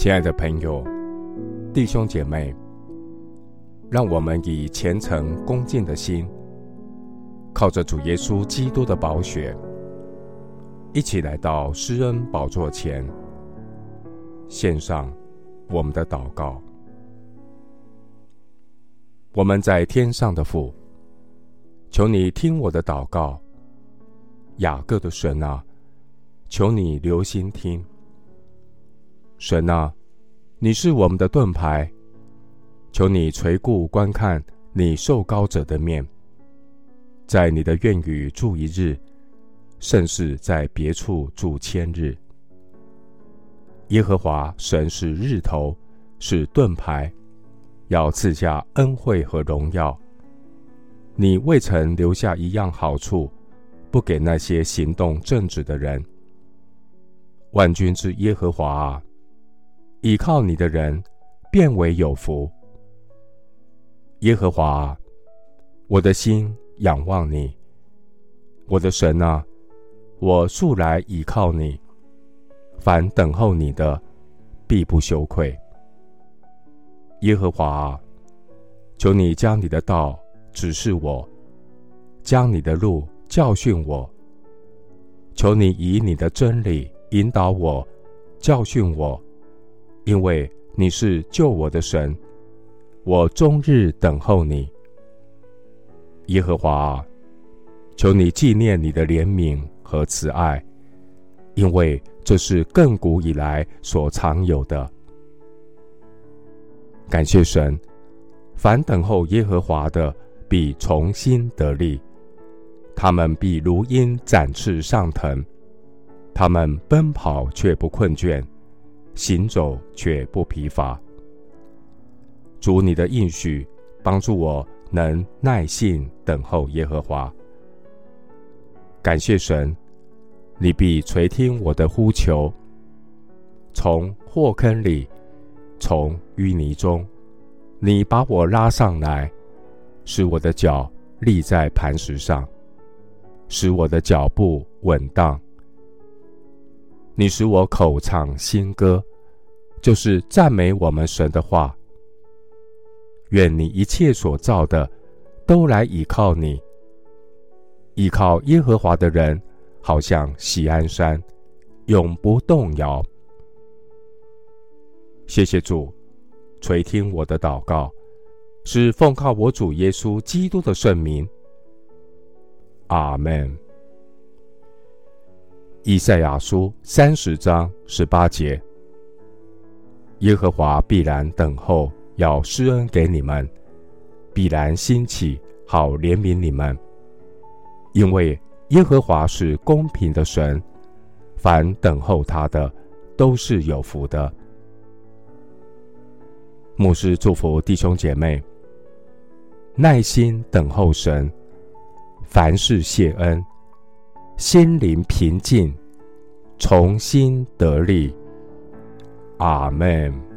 亲爱的朋友、弟兄姐妹，让我们以虔诚恭敬的心，靠着主耶稣基督的宝血，一起来到施恩宝座前，献上我们的祷告。我们在天上的父，求你听我的祷告。雅各的神啊，求你留心听。神啊，你是我们的盾牌，求你垂顾观看你受膏者的面。在你的院宇住一日，胜似在别处住千日。耶和华神是日头，是盾牌，要赐下恩惠和荣耀。你未曾留下一样好处，不给那些行动正直的人。万军之耶和华啊，倚靠你的人便为有福。耶和华啊，我的心仰望你。我的神啊，我素来倚靠你。凡等候你的，必不羞愧。耶和华啊，求你将你的道指示我，将你的路教训我。求你以你的真理引导我，教训我，因为你是救我的神，我终日等候你。耶和华啊，求你纪念你的怜悯和慈爱，因为这是亘古以来所常有的。感谢神，凡等候耶和华的，必重新得力，他们必如鹰展翅上腾，他们奔跑却不困倦，行走却不疲乏。主你的应许帮助我能耐性等候耶和华。感谢神，你必垂听我的呼求。从祸坑里，从淤泥中，你把我拉上来，使我的脚立在磐石上，使我的脚步稳当。你使我口唱新歌，就是赞美我们神的话。愿你一切所造的都来倚靠你。倚靠耶和华的人，好像锡安山，永不动摇。谢谢主，垂听我的祷告，是奉靠我主耶稣基督的圣名。阿们。以赛亚书30章18节：耶和华必然等候，要施恩给你们，必然兴起，好怜悯你们。因为耶和华是公平的神，凡等候他的，都是有福的。牧师祝福弟兄姐妹，耐心等候神，凡事谢恩，心灵平静，重新得力。阿们。